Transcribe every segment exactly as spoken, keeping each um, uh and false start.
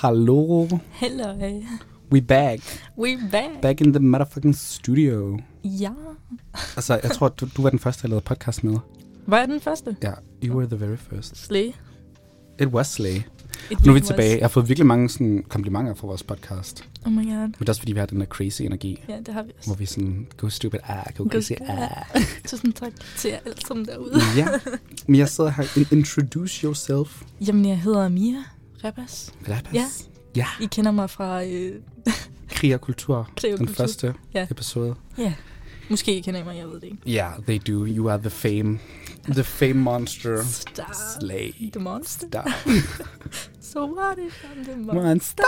Hallo. Hello. We back. We back. Back in the motherfucking studio. Ja. Altså, jeg tror, du, du var den første, jeg lavede podcast med. Var jeg den første? Ja, you were the very first. Slay. It was Slay. It Nu er vi was. tilbage. Jeg har fået virkelig mange sådan, komplimenter for vores podcast. Oh my god. Men det er også, fordi vi har den der crazy energi. Ja, det har vi også. Hvor vi sådan, go stupid, ah, go crazy, ah. Tusind tak til jer alle sammen derude. Ja, men jeg sidder her. Introduce yourself. Jamen, jeg hedder Mia Rebas. Rebas. Ja. Ja. I kender mig fra... Øh... Krig og kultur. Krig og den kultur. første ja. episode. Ja. Måske I kender I mig, jeg ved det ikke. Ja, yeah, they do. You are the fame. The fame monster. Stop. Slay. The monster. Stop. So what if I'm the monster? Monster.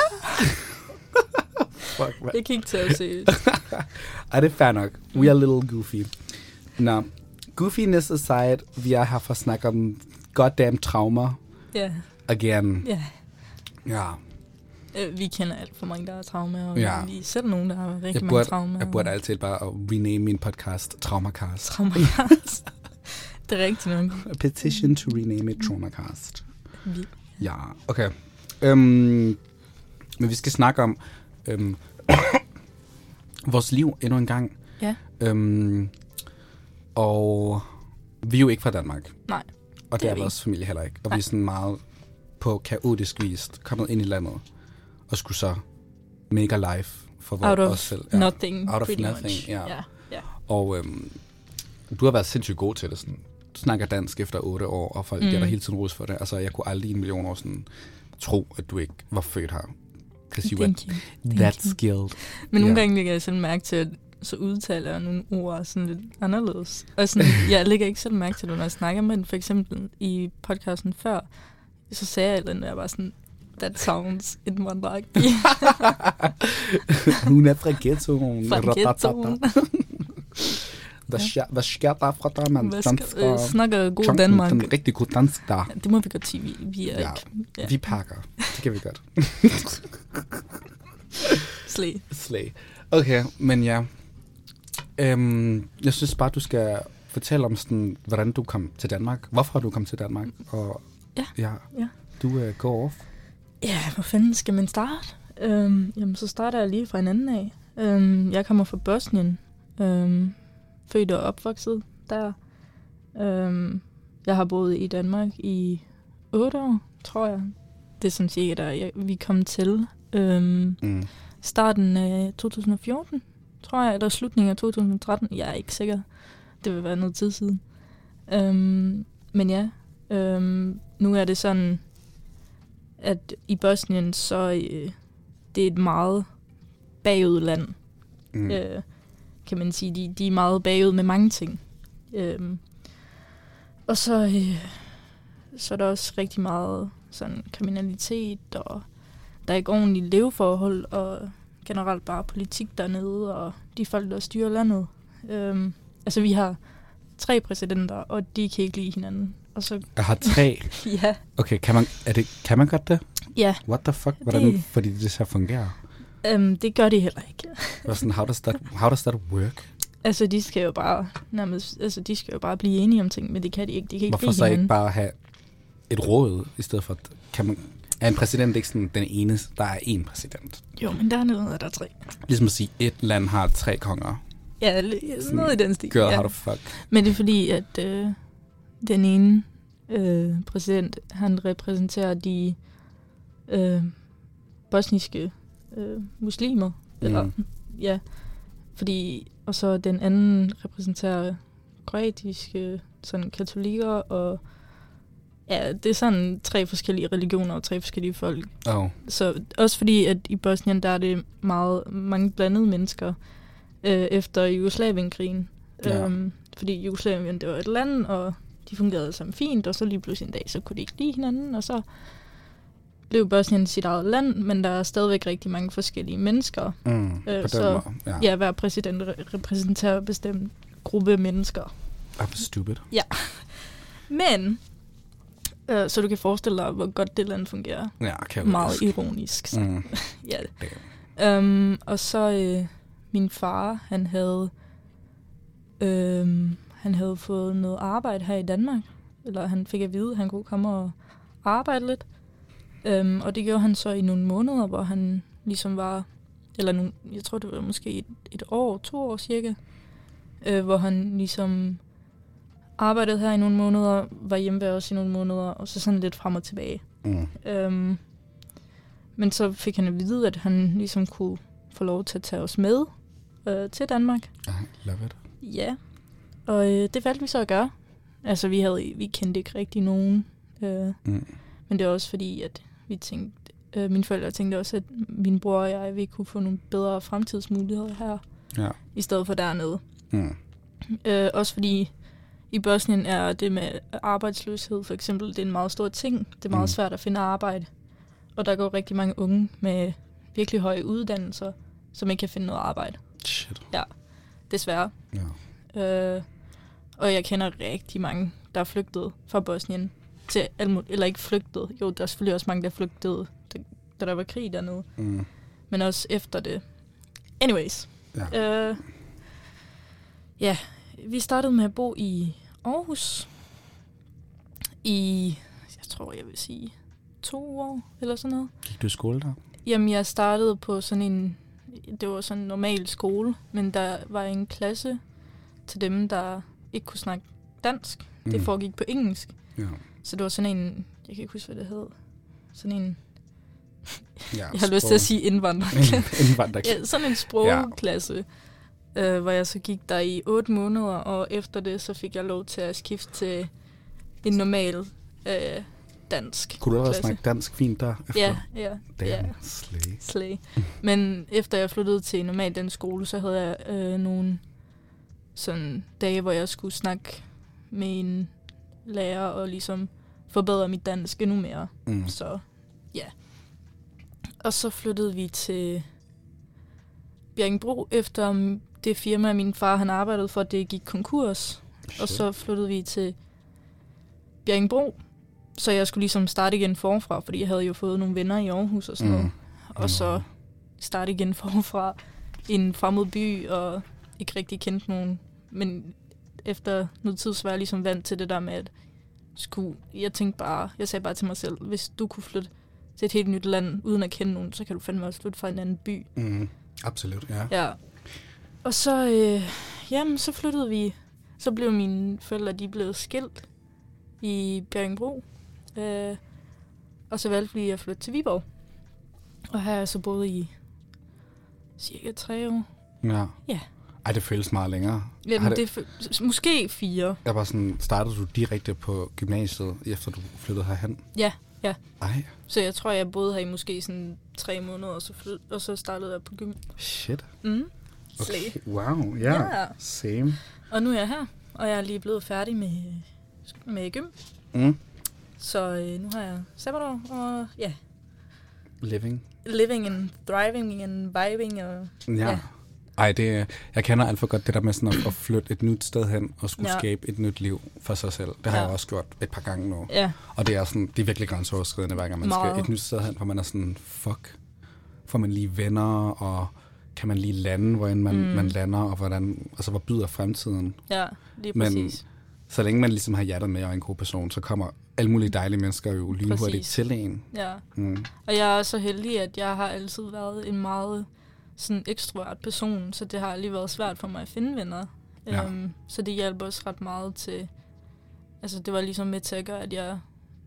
Fuck, man. Jeg kan ikke tage seriøst. Ej, det er fair nok. We are a little goofy. Nå, goofiness aside, vi er her for at snakke om goddamn traumer. Ja. Yeah. Again. Ja. Ja. Øh, vi kender alt for mange, der har traumer, og Ja. vi er selv nogen, der har rigtig Jeg mange burde, traumer. jeg burde altid bare at rename min podcast Traumacast. Traumacast. Det er rigtigt nok. A petition to rename it Traumacast. Vi. Ja, okay. Øhm, men vi skal snakke om øhm, vores liv endnu en gang. Ja. Øhm, og vi er jo ikke fra Danmark. Nej. Og det, det er er vi vores familie heller ikke. Og Nej. vi er sådan meget på kaotisk vis kommet ind i landet. Og skulle så make a life for Out of os selv. Ja. Nothing. Out of pretty nothing, much. ja. Yeah. Yeah. Og øhm, du har været sindssygt god til det. Sådan. Du snakker dansk efter otte år, og folk mm. giver dig hele tiden ros for det. Altså, jeg kunne aldrig i en million år sådan tro, at du ikke var født her. Because you Thank were you. that Thank you. skilled. Men nogle Ja. gange lægger jeg selv mærke til, at så udtaler jeg nogle ord sådan lidt anderledes. Og sådan, jeg lægger ikke selv mærke til det, når jeg snakker med den. For eksempel i podcasten før, så sagde jeg et eller andet, og jeg var sådan, that sounds indvandreragtigt. Hun er fra ghettoen. Fra ghettoen. Hvad sker, hvad sker der fra dig, mand? Hvad Den skal, øh, fra snakker god Chunken, Danmark. Den rigtig god dansk der. Ja, det må vi godt sige, vi, vi er Ja. ikke. Ja. Vi pakker. Det kan vi godt. Slay. Slay. Okay, men ja. Øhm, jeg synes bare, du skal fortælle om, sådan, hvordan du kom til Danmark. Hvorfor du kom til Danmark. Og Ja. ja, Ja. du uh, go off. Ja, hvor fanden skal man starte? Øhm, jamen, så starter jeg lige fra en anden af. Øhm, jeg kommer fra Bosnien. Øhm, født og opvokset der. Øhm, jeg har boet i Danmark i otte år, tror jeg. Det er sådan cirka der, jeg, vi kom til. Øhm, Mm. starten af to tusind og fjorten, tror jeg, eller slutningen af to tusind og tretten. Jeg er ikke sikker. Det vil være noget tid siden. Øhm, men ja, øhm, nu er det sådan, at i Bosnien, så øh, det er et meget bagud land. Mm. Øh, kan man sige. De, de er meget bagud med mange ting. Øhm, og så, øh, så er der også rigtig meget sådan kriminalitet, og der er ikke ordentlige leveforhold, og generelt bare politik dernede, og de folk, der styrer landet. Øhm, altså, vi har tre præsidenter, og de kan ikke lide hinanden. Og så, Jeg har tre. ja, Okay, kan man, er det, kan man godt det? ja What the fuck? Hvordan, Det- fordi det så fungerer? øhm, det gør de heller ikke. Hvad sådan, how does that, how does that work? Altså, de skal jo bare nærmest, altså, de skal jo bare blive enige om ting, men det kan de ikke. De kan ikke Hvorfor lide så ikke hinanden. bare have et råd, i stedet for, at- kan man, er en præsident ikke sådan den eneste, der er én præsident? Jo, men der er noget, der er tre. Ligesom at sige, et land har tre konger. Ja, l- noget i den stil. Girl, ja. how the fuck? Men det er fordi, at øh, den ene øh, præsident, han repræsenterer de øh, bosniske øh, muslimer. Mm. Eller, ja, fordi, og så den anden repræsenterer kroatiske sådan katolikker, og ja, det er sådan tre forskellige religioner og tre forskellige folk. Oh. Så også fordi, at i Bosnien, der er det meget mange blandede mennesker øh, efter Jugoslavienkrigen. Ja. Øhm, fordi Jugoslavien, det var et land, og de fungerede sammen fint, og så lige pludselig en dag, så kunne de ikke lide hinanden, og så blev Bosnien sit eget land, men der er stadigvæk rigtig mange forskellige mennesker. Mm, Øh, på den så, måde, ja. Ja, hver præsident re- repræsenterer en bestemt gruppe mennesker. I'm stupid. Men, øh, så du kan forestille dig, hvor godt det land fungerer. Ja, kan jeg Meget huske. ironisk. Så. Mm. Ja. Damn. Um, og så øh, min far, han havde øh, han havde fået noget arbejde her i Danmark. Eller han fik at vide, at han kunne komme og arbejde lidt. Øhm, og det gjorde han så i nogle måneder, hvor han ligesom var, eller nogle, jeg tror det var måske et, et år, to år cirka, øh, hvor han ligesom arbejdede her i nogle måneder, var hjemme ved os i nogle måneder, og så sådan lidt frem og tilbage. Mm. Øhm, men så fik han at vide, at han ligesom kunne få lov til at tage os med øh, til Danmark. I love it. Ja, og øh, det valgte vi så at gøre. Altså, vi, havde, vi kendte ikke rigtig nogen. Øh, mm. Men det er også fordi, at vi tænkte, øh, mine forældre tænkte også, at min bror og jeg, vi kunne få nogle bedre fremtidsmuligheder her, ja. i stedet for dernede. Mm. Øh, også fordi i Bosnien er det med arbejdsløshed, for eksempel, det er en meget stor ting. Det er meget mm. svært at finde arbejde. Og der går rigtig mange unge med virkelig høje uddannelser, som ikke kan finde noget arbejde. Shit. Ja, desværre. Ja. Øh, og jeg kender rigtig mange, der er flygtet fra Bosnien til Almut, eller ikke flygtet. Jo, der er selvfølgelig også mange, der flygtede, da, da der var krig dernede. Mm. Men også efter det. Anyways. Ja. Øh, ja, vi startede med at bo i Aarhus i, jeg tror, jeg vil sige, to år eller sådan noget. Gik du i skole der? Jamen, jeg startede på sådan en, det var sådan en normal skole, men der var en klasse til dem, der ikke kunne snakke dansk. Mm. Det foregik på engelsk. Ja. Så det var sådan en, jeg kan ikke huske, hvad det hed. Sådan en, ja, jeg har lyst til at sige indvandrerklasse. Indvandrerklasse. Ja, sådan en sprogklasse, ja. øh, hvor jeg så gik der i otte måneder, og efter det, så fik jeg lov til at skifte til en normal øh, dansk Kunne du også klasse. snakke dansk fint der? Efter? Ja, ja. Damn, ja. slay. Slay. Men efter jeg flyttede til en normal dansk skole, så havde jeg øh, nogle sådan dage, hvor jeg skulle snakke med en lærer og ligesom forbedre mit dansk endnu mere. Mm. Så ja. Og så flyttede vi til Bjerringbro efter det firma, min far han arbejdede for, det gik konkurs. Shit. Og så flyttede vi til Bjerringbro, så jeg skulle ligesom starte igen forfra, fordi jeg havde jo fået nogle venner i Aarhus og sådan noget. Mm. Og så starte igen forfra i en fremmed by, og ikke rigtig kendte nogen. Men efter noget tid, så var jeg ligesom vant til det der med, at skulle, jeg tænkte bare, jeg sagde bare til mig selv, hvis du kunne flytte til et helt nyt land, uden at kende nogen, så kan du fandme også flytte fra en anden by. Mm. Absolut, ja. Ja. Og så, øh, jamen, så flyttede vi, så blev mine forældre, de blev skilt i Bjerringbro. Øh, og så valgte vi at flytte til Viborg. Og her har jeg så boet i cirka tre år. Ja. Ja. Ej, det føles meget længere. Jamen, det, det f- måske fire. Jeg var sådan, startede du direkte på gymnasiet, efter du flyttede herhen? Ja, ja. Ej. Så jeg tror, jeg boede her i måske sådan tre måneder, og så, flyt, og så startede jeg på gym. Shit. Mm. Okay. Wow, ja. Yeah. Ja. Same. Og nu er jeg her, og jeg er lige blevet færdig med, med gym. Mm. Så øh, nu har jeg sabbatår, og ja. Living. Living and thriving and vibing. Og, ja. ja. Ej, det, jeg kender alt for godt det der med sådan at, at flytte et nyt sted hen og skulle ja. skabe et nyt liv for sig selv. Det har ja. jeg også gjort et par gange nu. Ja. Og det er sådan, det er virkelig grænseoverskridende, hver gang man Meget. skal et nyt sted hen, hvor man er sådan, fuck, får man lige venner, og kan man lige lande, hvordan man, mm. man lander, og hvordan, altså, hvad byder fremtiden. Ja, lige præcis. Men så længe man ligesom har hjertet med og er en god person, så kommer alle mulige dejlige mennesker jo lynhurtigt til en. Ja, mm. og jeg er så heldig, at jeg har altid været en meget sådan ekstrovert person, så det har lige været svært for mig at finde venner. Ja. Um, så det hjalp også ret meget til, altså det var ligesom med til at gøre, at jeg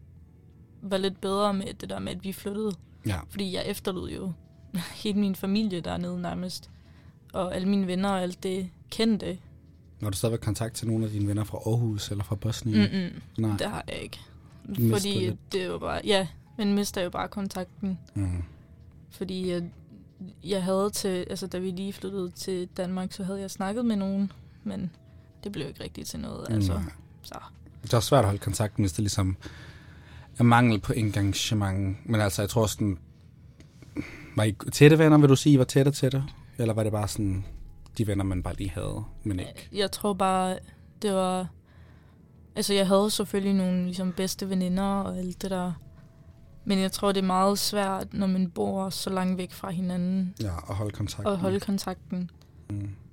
var lidt bedre med det der med, at vi flyttede. Ja. Fordi jeg efterlod jo hele min familie dernede nærmest, og alle mine venner og alt det kendte. Når du stadigvæk kontakt til nogle af dine venner fra Aarhus eller fra Bosnien? Mm-mm, Nej. det har jeg ikke. Du fordi det. det var bare, ja, men mister jo bare kontakten. Mm. Fordi jeg, jeg havde til, altså da vi lige flyttede til Danmark, så havde jeg snakket med nogen, men det blev ikke rigtigt til noget. Altså, Nej. så. Det er svært at holde kontakten, hvis det ligesom er mangel på engagement. Men altså, jeg tror sådan, var I tætte venner, vil du sige, I var tætte tætte? Eller var det bare sådan de venner, man bare lige havde, men ikke? Jeg tror bare, det var, altså jeg havde selvfølgelig nogle ligesom bedste veninder og alt det der. Men jeg tror, det er meget svært, når man bor så langt væk fra hinanden. Ja, at holde kontakten. Og holde kontakten. Mm.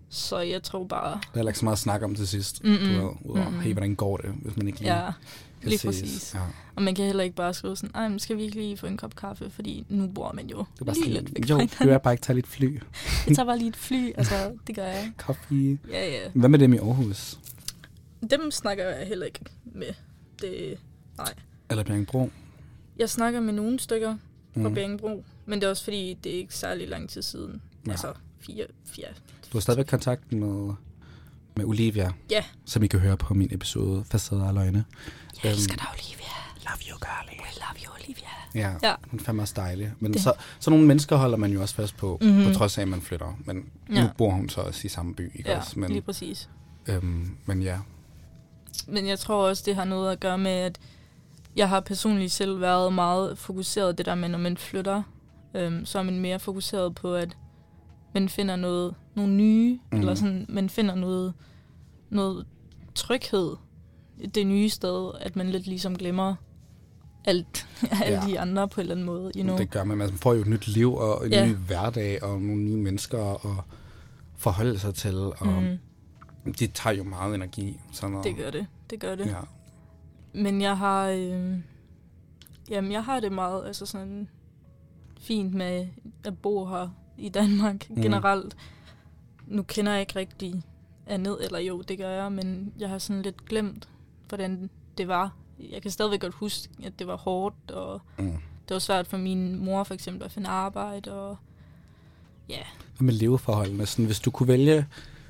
Så jeg tror bare... Der er heller ikke så meget at snakke om til sidst. Mm-mm. Du ved, ud over, Mm-mm. hey, hvordan går det, hvis man ikke lige Ja, kan lige ses. præcis. Ja. Og man kan heller ikke bare skrive sådan, ej, men skal vi ikke lige få en kop kaffe, fordi nu bor man jo Det er bare lige sådan, lidt væk jo, fra du hinanden. er bare ikke tage lidt fly. Jeg tager bare lige et fly, altså det gør jeg. Kaffe. Ja, ja. Hvad med dem i Aarhus? Dem snakker jeg heller ikke med. Det, nej. Eller Bjerringbro? Jeg snakker med nogle stykker fra Mm. Bjerringbro, men det er også fordi, det er ikke særlig lang tid siden. Ja. Altså fire, fire. Du har stadigvæk kontakt med, med Olivia, Ja. som I kan høre på min episode Facader og Løgne. Jeg elsker Øhm, dig, Olivia. Love you, girlie. I love you, Olivia. Ja, Ja. hun er fandme også dejlig. Men Det- så, så nogle mennesker holder man jo også fast på, Mhm. på trods af, at man flytter. Men Ja. nu bor hun så også i samme by, ikke Ja, også? Men, lige præcis. øhm, men ja, Men jeg tror også, det har noget at gøre med, at jeg har personligt selv været meget fokuseret det der med, når man flytter, øhm, så er man mere fokuseret på, at man finder noget, nogle nye, Mhm. mm. eller sådan, man finder noget, noget tryghed i det nye sted, at man lidt ligesom glemmer alt, alle Ja. de andre på en eller anden måde, you know? det gør man. Man får jo et nyt liv og en Ja. ny hverdag og nogle nye mennesker at forholde sig til. Og Mm, det tager jo meget energi. Sådan noget. det gør det, det gør det. Ja. Men jeg har, øh, jamen jeg har det meget, altså sådan fint med at bo her i Danmark Mm. generelt. Nu kender jeg ikke rigtig andet, eller jo, det gør jeg, men jeg har sådan lidt glemt, hvordan det var. Jeg kan stadigvæk godt huske, at det var hårdt, og Mm. det var svært for min mor for eksempel at finde arbejde, og ja, Hvad med leveforholdene? Sådan, hvis du kunne vælge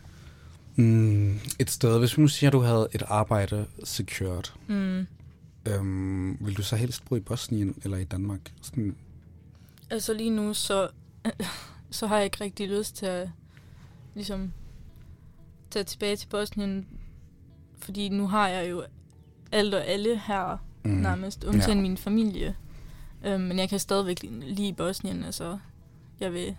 mm, et sted, hvis vi nu siger, at du havde et arbejde secured, mm, øhm, vil du så helst bo i Bosnien eller i Danmark? Sådan, altså lige nu, så, så har jeg ikke rigtig lyst til at ligesom tage tilbage til Bosnien, fordi nu har jeg jo alt og alle her mm, mm. nærmest, undtagen Ja. ja. min familie. Øhm, men jeg kan stadigvæk lide Bosnien, altså jeg vil...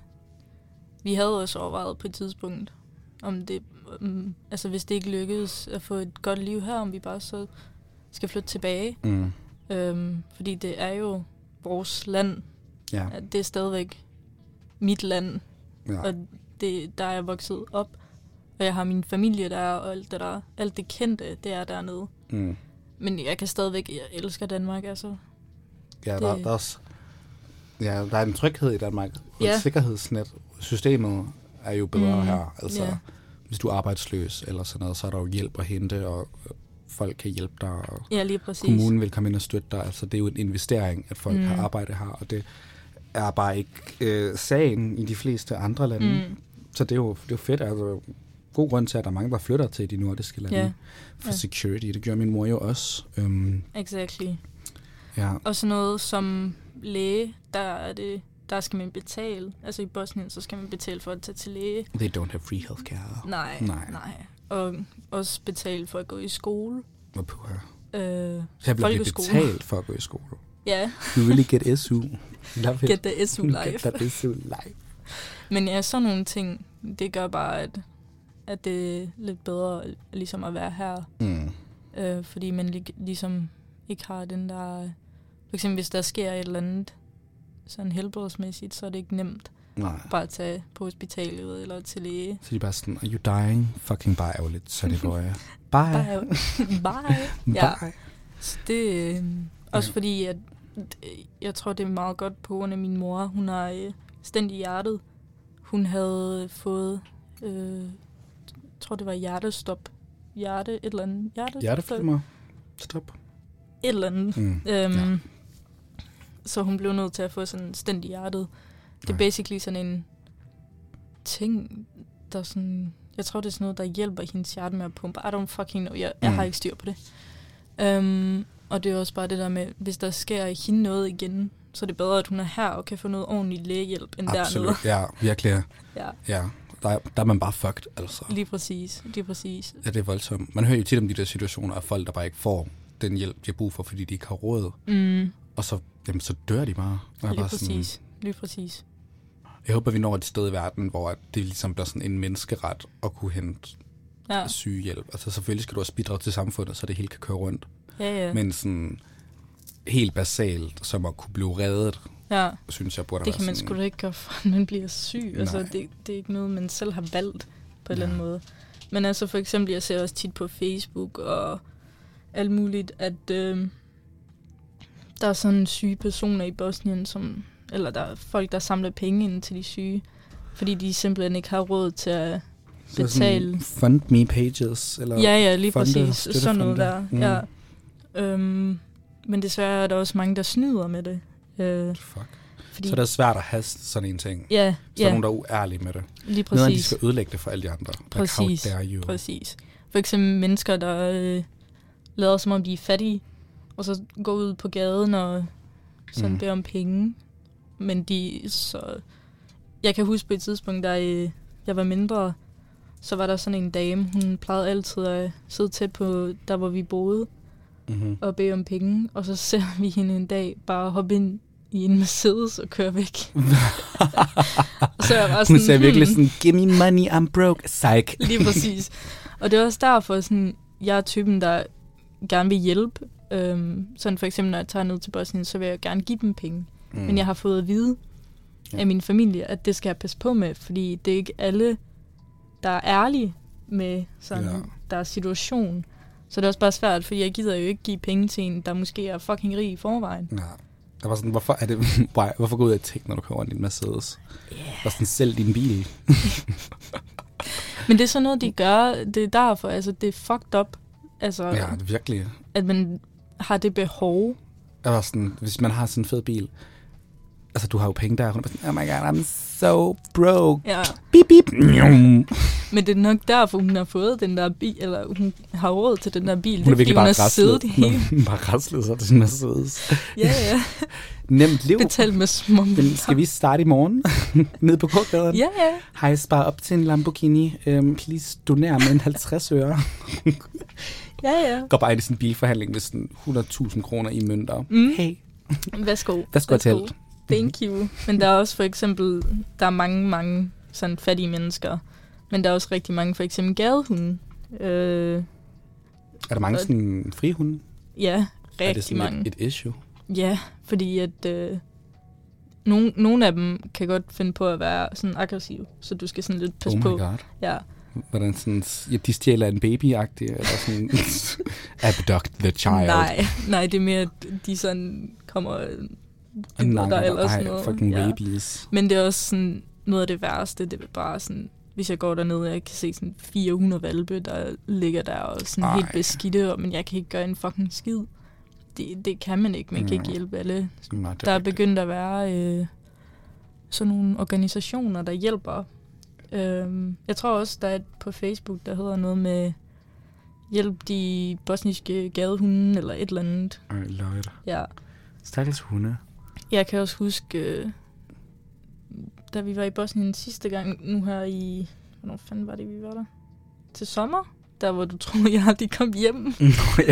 Vi havde også overvejet på et tidspunkt, om det, um, altså hvis det ikke lykkedes at få et godt liv her, om vi bare så skal flytte tilbage. Mm, Øhm, fordi det er jo vores land. ja, Det er stadigvæk mit land, ja. og det, der er jeg vokset op. Og jeg har min familie der, og alt det der, alt det kendte, det er dernede. Mm. Men jeg kan stadigvæk, jeg elsker Danmark, altså. Ja, Det- der, der, er også, ja, der er en tryghed i Danmark. Og Ja. et sikkerhedsnet. Systemet er jo bedre Mm, her. Altså, ja. hvis du er arbejdsløs eller sådan noget, så er der jo hjælp at hente, og øh, folk kan hjælpe dig, og Ja, lige præcis. kommunen vil komme ind og støtte dig. Altså, det er jo en investering, at folk Mm. har arbejde her, og det er bare ikke øh, sagen i de fleste andre lande. Mm. Så det er, jo, det er jo fedt. Altså, god grund til, at der er mange, der flytter til de nordiske lande. Ja. For Ja. security. Det gør min mor jo også. Um, Exactly. ja. Og sådan noget som læge, der er det, der skal man betale. Altså i Bosnien, så skal man betale for at tage til læge. They don't have free healthcare. Nej, Nej. nej. Og også betale for at gå i skole. Hvor på her. Øh, Så jeg bliver folkeskole. betalt for at gå i skole. Ja, You really get S U. Love it. get the S U Get life. that S U life. Men ja, sådan nogle ting, det gør bare, at, at det er lidt bedre ligesom at være her. Mm. Øh, fordi man lig, ligesom ikke har den der... For eksempel, hvis der sker et eller andet sådan helbredsmæssigt, så er det ikke nemt Nej. bare at tage på hospitalet eller til læge. Så de er bare sådan, are you dying? Fucking bare ærgerligt, så det går jeg. Bye. Bare, bye. Ja, Bye. så det øh, også Ja. fordi, at øh, jeg tror, det er meget godt på grund af min mor. Hun har øh, stændig hjertet. Hun havde fået, øh, jeg tror det var hjertestop. Hjerte, et eller andet. Hjerte, Hjerteflimmer. Stop. Et eller andet. Mm. Øhm, Ja. Så hun blev nødt til at få sådan stændig hjertet. Det er Nej. basically sådan en ting, der sådan... Jeg tror, det er sådan noget, der hjælper hendes hjerte med at pumpe. I don't fucking know. Jeg, jeg Mm. har ikke styr på det. Um, og det er også bare det der med, hvis der sker i hende noget igen, så er det bedre, at hun er her og kan få noget ordentlig lægehjælp end Absolut. dernede. Ja, virkelig. Ja, Ja. Der, er- der er man bare fucked, altså. lige præcis. Lige præcis. Ja, det er voldsomt. Man hører jo tit om de der situationer af folk, der bare ikke får den hjælp, de har brug for, fordi de ikke har råd. Mm, Og så, jamen, så dør de bare. Og jeg er lige bare sådan, præcis. Lige præcis. jeg håber, vi når et sted i verden, hvor det ligesom bliver sådan en menneskeret at kunne hente Ja, sygehjælp. Altså selvfølgelig skal du også bidrage til samfundet, så det hele kan køre rundt. ja, ja. Men sådan helt basalt, som at kunne blive reddet, ja. synes jeg burde Det være kan man sådan... sgu da ikke gøre, for at man bliver syg. Altså, Nej. det, det er ikke noget, man selv har valgt på en Ja. eller anden måde. Men altså for eksempel, jeg ser også tit på Facebook og alt muligt, at øh, der er sådan syge personer i Bosnien, som, eller der er folk, der samler penge ind til de syge, fordi de simpelthen ikke har råd til at betale. Fund me pages? Eller Ja, ja, lige fonde, præcis. Sådan noget der. Mm. Ja. Øhm, men desværre er der også mange, der snyder med det. Øh, Fuck. fordi, Så det er svært at have sådan en ting. ja, Så er ja, nogen, der er uærlige med det. lige Noget, de præcis. skal ødelægge det for alle de andre. Præcis, Like, how dare you? præcis. For eksempel mennesker, der øh, lader som om de er fattige, og så går ud på gaden og sådan Mm. beder om penge. Men de så... Jeg kan huske på et tidspunkt, da øh, jeg var mindre, så var der sådan en dame, hun plejede altid at sidde tæt på der, hvor vi boede, Mm-hmm. og bede om penge. Og så ser vi hende en dag bare hoppe ind i en Mercedes og køre væk. Og så er jeg bare sådan, Hun sagde virkelig hmm, sådan, give me money, I'm broke, psych. lige præcis. Og det er også derfor, sådan, jeg er typen, der gerne vil hjælpe. Øhm, sådan for eksempel, når jeg tager ned til Bosnien, så vil jeg gerne give dem penge. Mm. Men jeg har fået at vide Ja. af min familie, at det skal jeg passe på med, fordi det er ikke alle, der er ærlige med sådan Ja. deres situation. Så det er også bare svært, fordi jeg gider jo ikke give penge til en, der måske er fucking rig i forvejen. Ja. Jeg var sådan, hvorfor er det, why, hvorfor gå ud af tech, når du køber din Mercedes? Yeah. Og sådan, sælg din bil. Men det er sådan noget, de gør. Det er derfor, altså det er fucked up. Altså, Ja, det er virkelig. at man har det behov. Jeg var sådan, hvis man har sådan en fed bil, altså du har jo penge der, og hun er bare sådan, oh my god, I'm so broke. Ja. Bip, bip. Men det er nok derfor, hun har fået den der bil, eller hun har råd til den der bil. Hun er det virkelig fordi, bare hun har siddet raslet. hele. Hun er bare raslet sig til sin Mercedes. Ja, ja. Nemt liv. Betalt med små Men skal vi starte i morgen? Nede på K-gaden? Ja, ja. Hej, spar op til en Lamborghini. Um, please doner med en halvtreds øre. Ja, ja. Går bare ind i sådan en bilforhandling med sådan hundrede tusind kroner i mønter. Mm. Hey, Værsgo. værsgo til. Thank you. Men der er også for eksempel, der er mange, mange sådan fattige mennesker. Men der er også rigtig mange, for eksempel gadehunde. Øh, Er der mange sådan frihunde? ja, Er det rigtig sådan mange. et, et issue? Ja, fordi at øh, nogle, nogle af dem kan godt finde på at være sådan aggressive, så du skal sådan lidt passe Oh my på. god. Ja. Hvordan sådan, ja, de stjæler en baby-agtig, eller sådan, abduct the child. Nej, nej, det er mere, at de sådan kommer og bider dig eller sådan noget. fucking Ja. rabies. Men det er også sådan noget af det værste, det er bare sådan, hvis jeg går derned, jeg kan se sådan fire hundrede hvalpe, der ligger der og sådan Ej. helt beskidte, men jeg kan ikke gøre en fucking skid. Det, det kan man ikke, man kan Mm. ikke hjælpe alle. Nå, det Der er rigtigt. begyndt at være øh, sådan nogle organisationer, der hjælper. Øhm, jeg tror også, der er et på Facebook, der hedder noget med hjælp de bosniske gadehunde, eller et eller andet. I love it. Ja. Stakkels hunde. Jeg kan også huske, øh, da vi var i Bosnien sidste gang, nu her i... Hvornår fanden var det, vi var der? Til sommer? Der, hvor du troede, jeg aldrig kom hjem. Ja.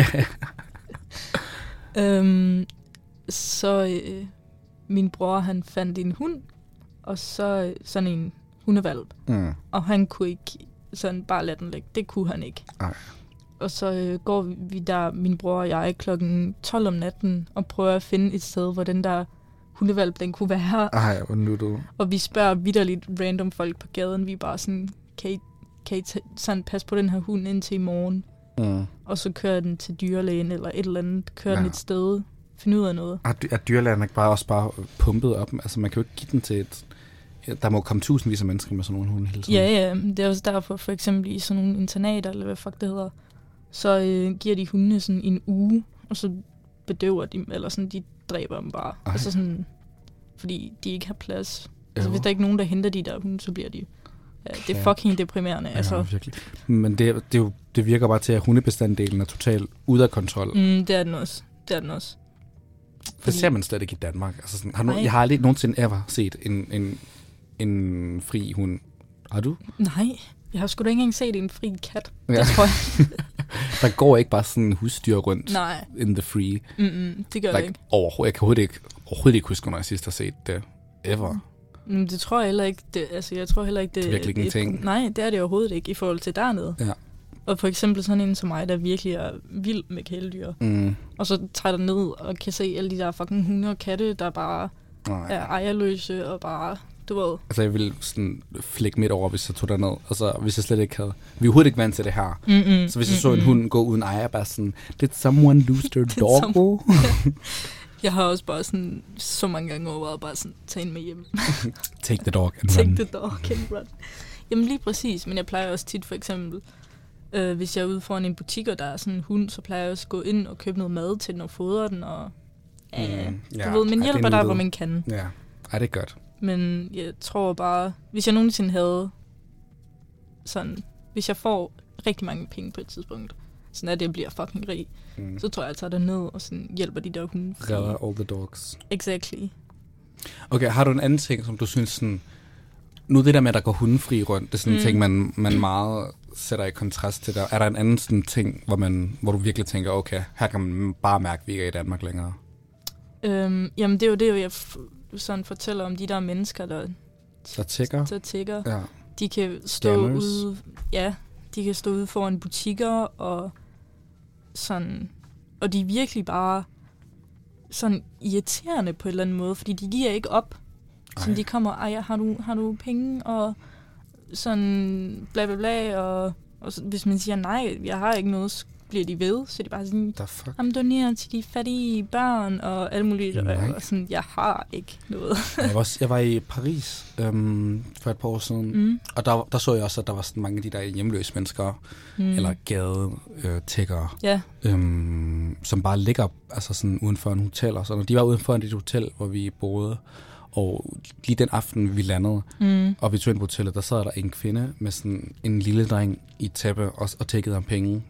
øhm, så øh, min bror, han fandt en hund, og så øh, sådan en hundevalp. Mm. Og han kunne ikke sådan bare lade den ligge. Det kunne han ikke. Ej. Og så øh, går vi der, min bror og jeg, klokken tolv om natten, og prøver at finde et sted, hvor den der hundevalp, den kunne være. Ej, hvor nu du... Og vi spørger vitterligt random folk på gaden. Vi er bare sådan, kan I, kan I t- sådan passe på den her hund indtil i morgen? Mm. Og så kører den til dyrlægen eller et eller andet. Kører ja. den Ja. et sted. Find ud af noget. Er, dy- er dyrlægen ikke bare også bare pumpet op? Altså, man kan jo ikke give den til et... Der må komme tusindvis af mennesker med sådan nogle hunde hele tiden. Ja, ja. Det er også derfor, for eksempel i sådan nogle internater, eller hvad fuck det hedder, så øh, giver de hundene sådan en uge, og så bedøver de dem, eller sådan, de dræber dem bare. Ej. Altså sådan, fordi de ikke har plads. Altså, Jo. hvis der ikke er nogen, der henter de der hunde, så bliver de... Ja, det er Ja. fucking deprimerende. Ja, Altså, virkelig. Men det, det, er jo, det virker bare til, at hundebestanddelen er totalt ude af kontrol. Mm. mm, det er den også. Det er den også. Det ser man slet ikke i Danmark. Altså sådan, har du, Nej. jeg har aldrig nogensinde ever set en, en, en fri hund. Har du? Nej, jeg har sgu da ikke engang set en fri kat. Ja. Det tror jeg. Der går ikke bare sådan en husdyr rundt Nej, in the free. mm-mm, det gør det Like, ikke. overhovedet, jeg kan overhovedet ikke, overhovedet ikke huske, når jeg sidst har set det. Ever. Mm, det tror jeg heller ikke. Det, altså, jeg tror heller ikke, det, Det er virkelig ikke en et- ting. Nej, det er det overhovedet ikke i forhold til dernede. Ja. Og for eksempel sådan en som mig, der virkelig er vild med kæledyr. Mm. Og så tager der ned og kan se alle de der fucking hunde og katte, der bare Nej. er ejerløse og bare du ved. Altså, jeg ville sådan flække midt over, hvis jeg tog derned. Altså, hvis jeg slet ikke havde... Vi er overhovedet ikke vant til det her. Mm-mm, så hvis jeg mm-mm. så en hund gå uden ejer, bare sådan, did someone lose their doggo? Jeg har også bare sådan, så mange gange overvejet bare sådan, tage en med hjem. Take the dog and Take run. the dog and run. Jamen lige præcis, men jeg plejer også tit for eksempel, øh, hvis jeg er ude foran en butik, og der er sådan en hund, så plejer jeg også at gå ind og købe noget mad til den og fodre den, og øh, Mm, du ja. ved, man Ej, det er hjælper der, nuttet. hvor man kan. Ja, ej, det er godt. Men jeg tror bare, hvis jeg nogensinde havde sådan, hvis jeg får rigtig mange penge på et tidspunkt, sådan at jeg bliver fucking rig, Mm. så tror jeg, jeg tager det ned og sådan hjælper de der hunde. Redder all the dogs. Exactly. Okay, har du en anden ting, som du synes sådan... Nu det der med, at der går hundefri rundt, det er sådan en Mm. ting, man, man meget sætter i kontrast til der. Er der en anden sådan ting, hvor, man, hvor du virkelig tænker, okay, her kan man bare mærke, at vi ikke er i Danmark længere? Øhm, jamen det er jo det, jeg f- sådan fortæller om de der mennesker, der, Der tigger? der tigger. Ja. De kan stå Scammers. ude, ja, de kan stå ude foran butikker og sådan, og de er virkelig bare sådan irriterende på en eller anden måde, fordi de giver ikke op. Sådan, de kommer, ej, har du, har du penge, og sådan bla bla bla, og, og så, hvis man siger nej, jeg har ikke noget, så bliver de ved, så er de bare sådan, The fuck? jamen donerer til de fattige børn, og alt muligt, og, Nej. og sådan, jeg har ikke noget. jeg, var, jeg var i Paris øhm, for et par år siden, Mm. og der, der så jeg også, at der var sådan mange af de der hjemløse mennesker, Mm. eller gade øh, tiggere, Ja. øhm, som bare ligger altså sådan uden for en hotel og sådan. Og de var uden for et hotel, hvor vi boede, og lige den aften, vi landede, Mm. og vi tog ind på hotellet, der sad der en kvinde med sådan en lille dreng i et tæppe og, og tækkede ham penge.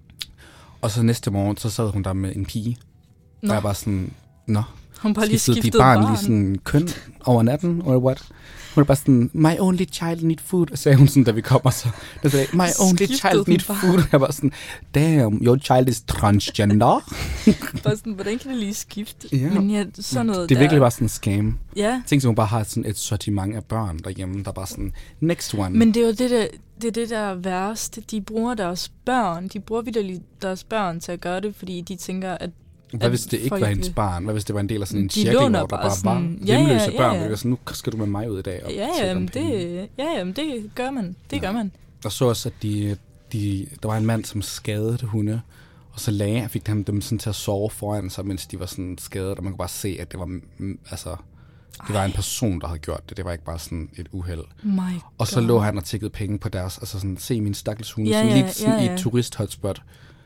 Og så næste morgen, så sad hun der med en pige. Nå. Og jeg var sådan, nå, Hun bare lige skiftede skiftet de barn, barn. lige sådan køn over natten, or what? Hun er bare sådan, my only child need food, sagde hun sådan, da vi kom, og så der sagde, my only Skiftede child hun need bare. food. Jeg var sådan, damn, your child is transgender. Bare sådan, hvordan kan det lige skifte? Ja. Men ja, sådan noget Det er virkelig der. bare sådan en scam. Ja, Tænk, at hun bare har sådan et sortiment af børn derhjemme, der bare sådan, next one. men det er jo det der, det er det der er værst. De bruger deres børn, de bruger vitterligt deres børn til at gøre det, fordi de tænker, at Hvad hvis det ikke folk var hendes vil- barn? Hvad hvis det var en del af sådan en De cirkel, låner hvor der bare bare var sådan- ja, hjemløse ja, ja, børn? ja. Og det sådan, nu skal du med mig ud i dag. Og ja, tjekke ja, om men penge. det, ja, ja, men det gør man. Det Ja. gør man. Der så også, at de, de, der var en mand, som skadede hunde, og så lagde, fik han dem sådan til at sove foran sig, mens de var sådan skadet, og man kunne bare se, at det var, mm, altså, det var en person, der havde gjort det. Det var ikke bare sådan et uheld. My Og så God. lå han og tikkede penge på deres, altså sådan, se min stakkels hunde, Ja, sådan ja, lidt sådan ja, i ja. et turisthotspot.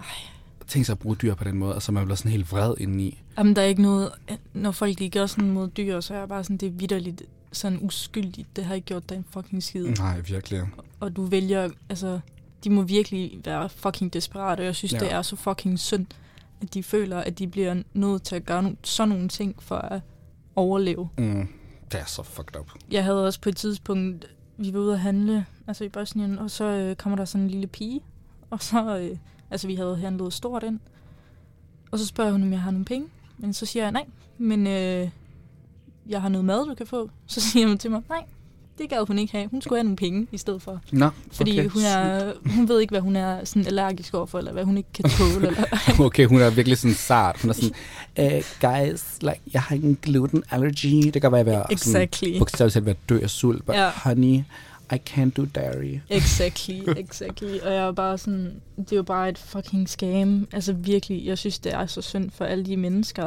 Tænk sig at bruge dyr på den måde, altså man bliver sådan helt vred indeni. Jamen, der er ikke noget... Når folk de gør sådan mod dyr, så er jeg bare sådan, det er vitterligt sådan uskyldigt. Det har ikke gjort dig en fucking skid. Nej, virkelig. Og du vælger... Altså, de må virkelig være fucking desperate, og jeg synes, Ja. ja. det er så fucking synd, at de føler, at de bliver nødt til at gøre no- sådan nogle ting for at overleve. Mm, det er så fucked up. Jeg havde også på et tidspunkt... Vi var ude at handle, altså i Bosnien, og så øh, kommer der sådan en lille pige, og så... Øh, altså, vi havde handlet stort ind. Og så spørger hun, om jeg har nogle penge. Men så siger jeg, nej, men øh, jeg har noget mad, du kan få. Så siger hun til mig, nej, det gad hun ikke have. Hun skulle have nogle penge i stedet for. Nå, Fordi okay. hun, er, hun ved ikke, hvad hun er sådan allergisk overfor, eller hvad hun ikke kan tåle. Eller. Okay, hun er virkelig sådan sart. Hun er sådan, uh, guys, like, jeg har en gluten allergy. Det kan være, at jeg er sådan, Exactly. bogstaveligt talt ved at dø af sult. But Ja. honey, I can't do dairy. Exactly, exactly. Og jeg er bare sådan, det er jo bare et fucking scam. Altså virkelig, jeg synes, det er så synd for alle de mennesker.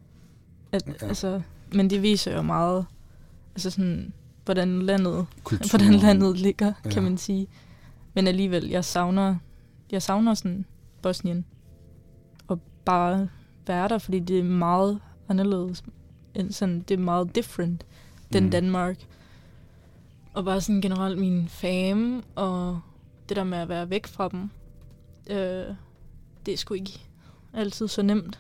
At, Ja. ja. altså, men det viser jo meget, altså sådan, hvordan landet, Kultur. hvordan landet ligger, Ja. kan man sige. Men alligevel, jeg savner, jeg savner sådan Bosnien. Og bare være der, fordi det er meget anderledes. end Sådan, det er meget different than Mm. Danmark. Og bare sådan generelt min fam, og det der med at være væk fra dem, øh, det er sgu ikke altid så nemt,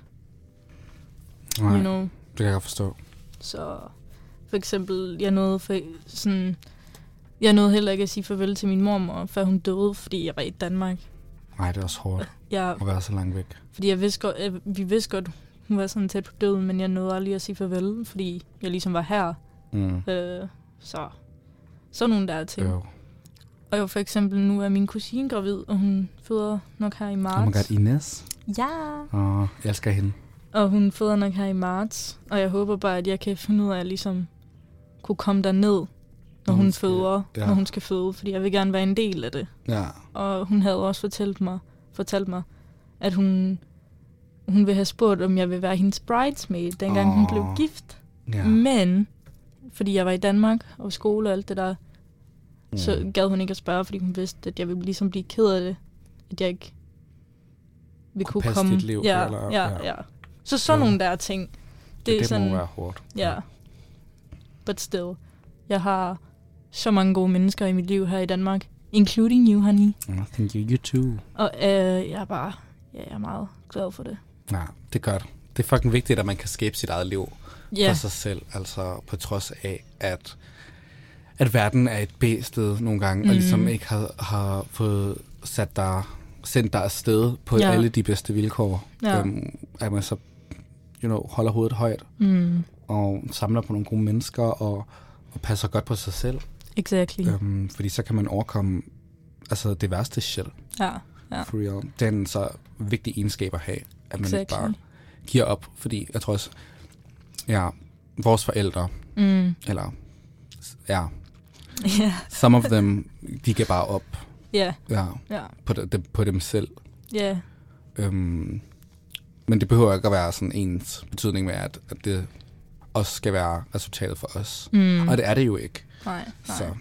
Nej, you know. det kan jeg godt forstå. Så for eksempel, jeg nåede, for, sådan, jeg nåede heller ikke at sige farvel til min mormor, før hun døde, fordi jeg var i Danmark. Nej, det er også hårdt Jeg, at være så langt væk. fordi jeg vidste godt, øh, vi vidste godt, hun var sådan tæt på døden, men jeg nåede aldrig at sige farvel, fordi jeg ligesom var her. Mm. Øh, så sådan nogle der ting. Jo. Og jo for eksempel, nu er min kusine gravid, og hun føder nok her i marts. Oh my god, Ines. Ja! Åh, oh, jeg elsker hende. Og hun føder nok her i marts, og jeg håber bare, at jeg kan finde ud af at ligesom kunne komme derned når hun føder, ja. når hun skal føde, fordi jeg vil gerne være en del af det. Ja. Og hun havde også fortalt mig, fortalt mig, at hun, hun ville have spurgt, om jeg ville være hendes bridesmaid, dengang oh. hun blev gift. Ja. Men, fordi jeg var i Danmark og skole og alt det der, mm. så gad hun ikke at spørge, fordi hun vidste, at jeg ville ligesom blive ked af det, at jeg ikke ville kunne, kunne komme. Dit liv, ja, eller, ja, ja, ja. Så sådan ja. nogle der ting. Det, det, er det sådan, må være hårdt. Ja. Yeah. But still. Jeg har så mange gode mennesker i mit liv her i Danmark. Including you, honey. Oh, thank you. You too. Og øh, jeg er bare ja, jeg er meget glad for det. Ja, det gør det. Det er fucking vigtigt, at man kan skabe sit eget liv yeah. for sig selv. Altså på trods af, at, at verden er et B-sted nogle gange, mm. og ligesom ikke har, har fået sat dig, sendt dig afsted på ja. alle de bedste vilkår. Ja. Øhm, at man så you know, holder hovedet højt mm. og samler på nogle gode mennesker og, og passer godt på sig selv. Exactly. Øhm, fordi så kan man overkomme altså det værste shit. Ja, ja. For real. Det er en så vigtig egenskab at have, at man exactly. ikke bare giver op. Fordi jeg tror også, ja, vores forældre, mm. eller ja, yeah. some of them, de giver bare op. Yeah. Ja. Yeah. På, de, på dem selv. Ja. Yeah. Øhm, men det behøver ikke at være sådan ens betydning med, at, at det også skal være resultatet for os. Mm. Og det er det jo ikke. Nej, nej. Så.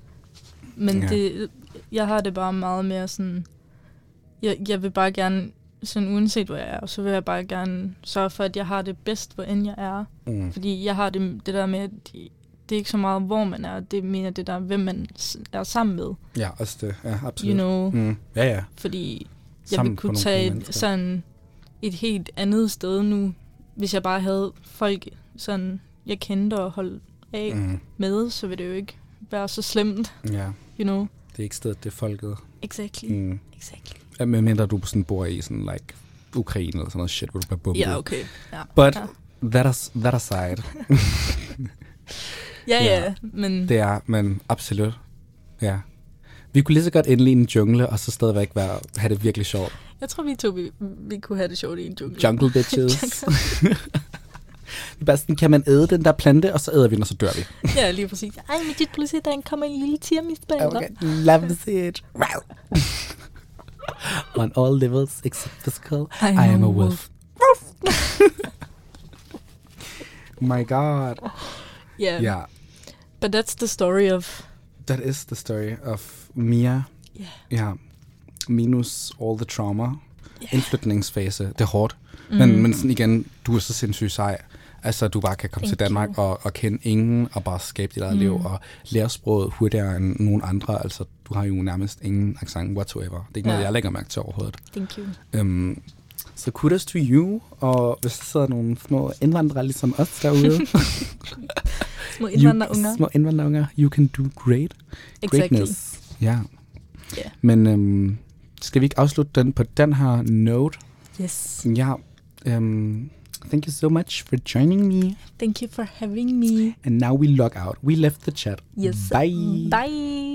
Men Ja. det, jeg har det bare meget mere sådan, jeg, jeg vil bare gerne, sådan uanset hvor jeg er, så vil jeg bare gerne sørge for, at jeg har det bedst, hvor end jeg er. Mm. Fordi jeg har det, det der med, at det, det er ikke så meget, hvor man er, det er mere det der, hvem man s- er sammen med. Ja, også det. Ja, absolut. You know? Mm. Ja, ja. Fordi jeg Sammen vil på kunne nogle tage gode et, mennesker. sådan et helt andet sted nu, hvis jeg bare havde folk, sådan jeg kendte og holdt af Mm. med, så vil det jo ikke være så slemt, Ja, you know? det er ikke stedet, det er folket. Exactly. Mm. Exactly. Ja, men mindre du sådan bor i sådan, like, Ukraine eller sådan noget shit, hvor du bliver bombet. Ja, okay. Ja. But ja. that, is, that aside. ja, Ja. ja, men... Det er, men absolut. Ja. Vi kunne lige så godt endelig i en jungle, og så stadigvæk være, have det virkelig sjovt. Jeg tror, vi to vi, vi kunne have det sjovt i en jungle. Jungle bitches. Vi bare sådan, kan man æde den der plante, og så æder vi den, og så dør vi. Ja, lige præcis. Ej, men dit pludselig, der kommer en lille tiramisballer. Okay, loves it. On all levels except physical, I, I am a wolf. My God. Yeah. Yeah. But that's the story of... That is the story of Mia. Yeah. Ja. Minus all the trauma. Yeah. Indflytningsfase. Det er hårdt. Mm. Men, men sådan igen, du er så sindssygt sej. Altså, du bare kan komme Thank til Danmark og, og kende ingen, og bare skabe dit eget mm. liv, og lære sproget hurtigere end nogen andre. Altså, du har jo nærmest ingen accent whatsoever. Det er ikke noget, Ja. jeg lægger mærke til overhovedet. Thank you. Um, så kudos to you, og hvis der sidder nogle små indvandrere ligesom os derude, Små indvandrerunger. små indvandrerunger, you can do great. Exactly. Greatness. Ja. Yeah. Men um, skal vi ikke afslutte den på den her note? Yes. Ja. Um, thank you so much for joining me. Thank you for having me. And now we log out. We left the chat. Yes. Bye. Bye.